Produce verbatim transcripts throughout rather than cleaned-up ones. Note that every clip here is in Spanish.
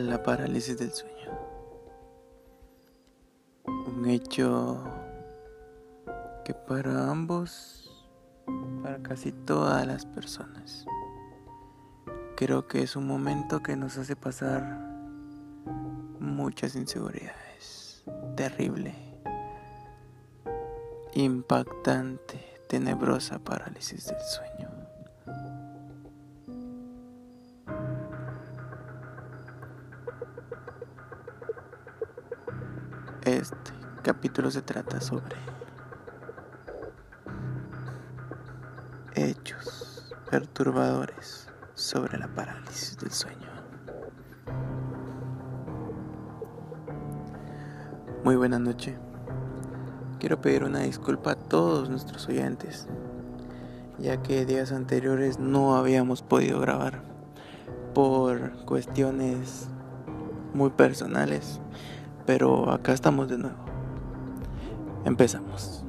la parálisis del sueño. Un hecho que para ambos, para casi todas las personas, creo que es un momento que nos hace pasar muchas inseguridades. Terrible, impactante, tenebrosa parálisis del sueño. Este capítulo se trata sobre hechos perturbadores sobre la parálisis del sueño. Muy buena noche. Quiero pedir una disculpa a todos nuestros oyentes, ya que días anteriores no habíamos podido grabar por cuestiones muy personales, pero acá estamos de nuevo. Empezamos.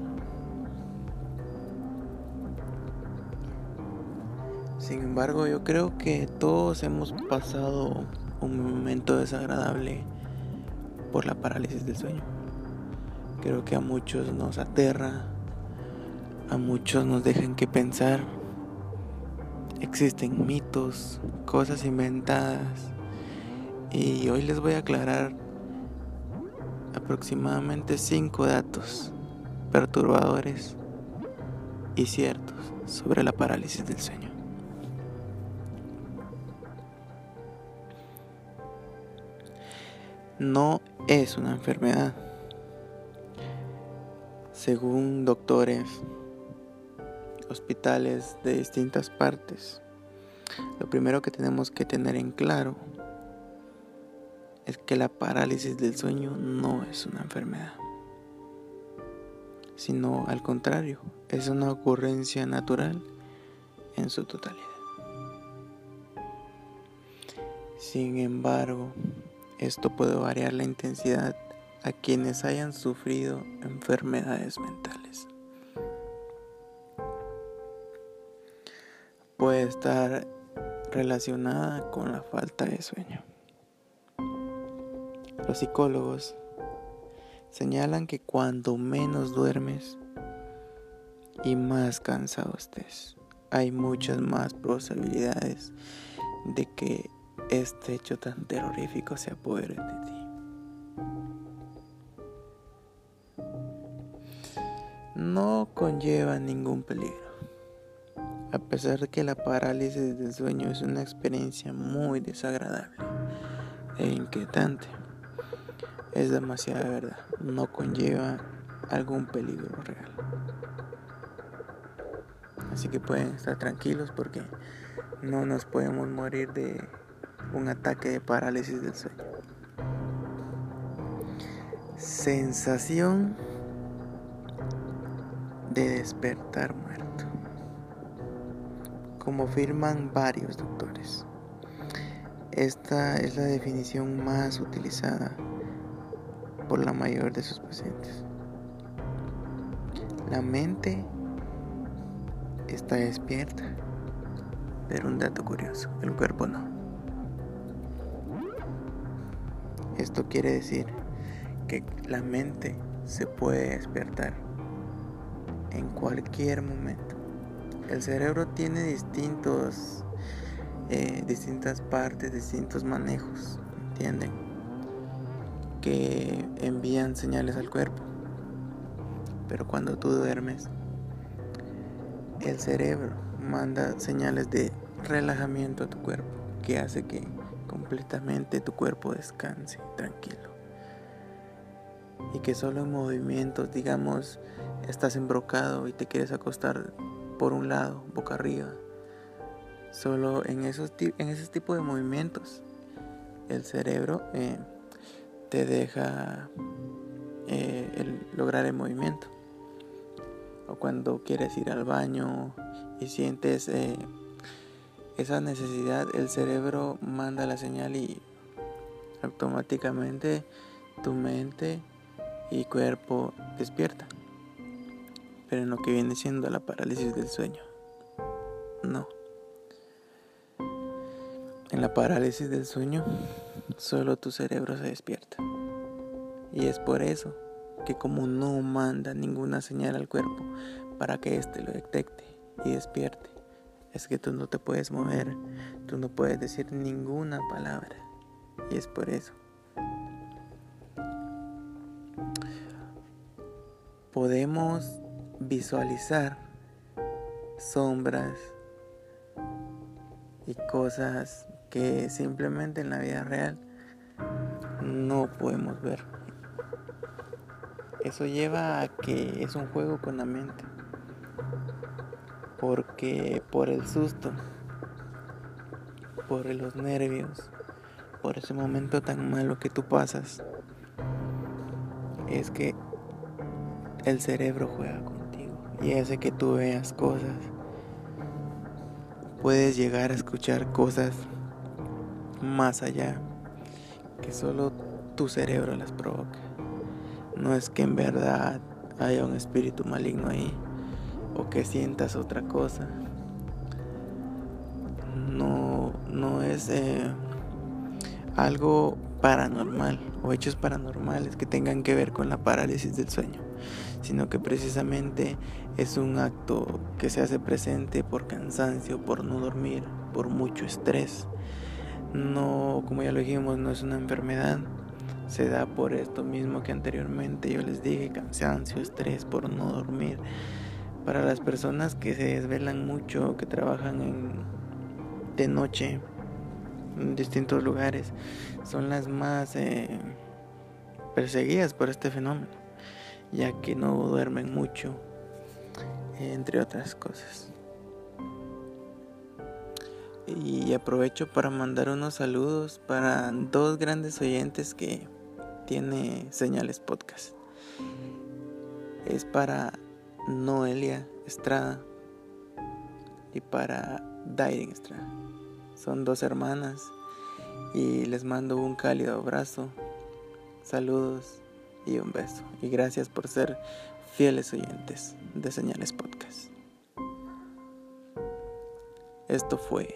Sin embargo, yo creo que todos hemos pasado un momento desagradable por la parálisis del sueño. Creo que a muchos nos aterra, a muchos nos dejan que pensar. Existen mitos, cosas inventadas, y hoy les voy a aclarar aproximadamente cinco datos perturbadores y ciertos sobre la parálisis del sueño. No es una enfermedad. Según doctores, hospitales de distintas partes, lo primero que tenemos que tener en claro es que la parálisis del sueño no es una enfermedad, sino al contrario, es una ocurrencia natural en su totalidad. Sin embargo, esto puede variar la intensidad a quienes hayan sufrido enfermedades mentales. Puede estar relacionada con la falta de sueño. Los psicólogos señalan que cuando menos duermes y más cansado estés, hay muchas más probabilidades de que este hecho tan terrorífico se apodere de ti. No conlleva ningún peligro. A pesar de que la parálisis del sueño es una experiencia muy desagradable e inquietante, es demasiada verdad, no conlleva algún peligro real. Así que pueden estar tranquilos porque no nos podemos morir de un ataque de parálisis del sueño. Sensación de despertar muerto. Como afirman varios doctores, esta es la definición más utilizada por la mayoría de sus pacientes. La mente está despierta, pero un dato curioso, el cuerpo no. Esto quiere decir que la mente se puede despertar en cualquier momento. El cerebro tiene distintos, eh, distintas partes, distintos manejos, ¿entienden? Que envían señales al cuerpo. Pero cuando tú duermes, el cerebro manda señales de relajamiento a tu cuerpo, que hace que completamente tu cuerpo descanse tranquilo. Y que solo en movimientos, digamos, estás embrocado y te quieres acostar por un lado, boca arriba, solo en esos, en esos tipos de movimientos el cerebro eh, te deja eh, el, lograr el movimiento. O cuando quieres ir al baño y sientes eh, esa necesidad, el cerebro manda la señal y automáticamente tu mente y cuerpo despierta. Pero en lo que viene siendo la parálisis del sueño, no. En la parálisis del sueño solo tu cerebro se despierta. Y es por eso que como no manda ninguna señal al cuerpo para que éste lo detecte y despierte, es que tú no te puedes mover, tú no puedes decir ninguna palabra. Y es por eso. Podemos visualizar sombras y cosas que simplemente en la vida real no podemos ver. Eso lleva a que es un juego con la mente, porque por el susto, por los nervios, por ese momento tan malo que tú pasas, es que el cerebro juega contigo y hace que tú veas cosas. Puedes llegar a escuchar cosas más allá que solo tu cerebro las provoca. No es que en verdad haya un espíritu maligno ahí o que sientas otra cosa. No, no es eh, algo paranormal o hechos paranormales que tengan que ver con la parálisis del sueño, sino que precisamente es un acto que se hace presente por cansancio, por no dormir, por mucho estrés. No, como ya lo dijimos, no es una enfermedad. Se da por esto mismo que anteriormente yo les dije: cansancio, estrés, por no dormir. Para las personas que se desvelan mucho, que trabajan en, de noche en distintos lugares, son las más eh, perseguidas por este fenómeno, ya que no duermen mucho, entre otras cosas. Y aprovecho para mandar unos saludos para dos grandes oyentes que tiene Señales Podcast. Es para Noelia Estrada y para Dairen Estrada. Son dos hermanas y les mando un cálido abrazo, saludos y un beso. Y gracias por ser fieles oyentes de Señales Podcast. Esto fue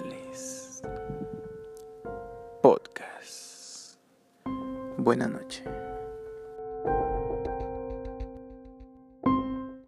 Señales Podcast. Buenas noches.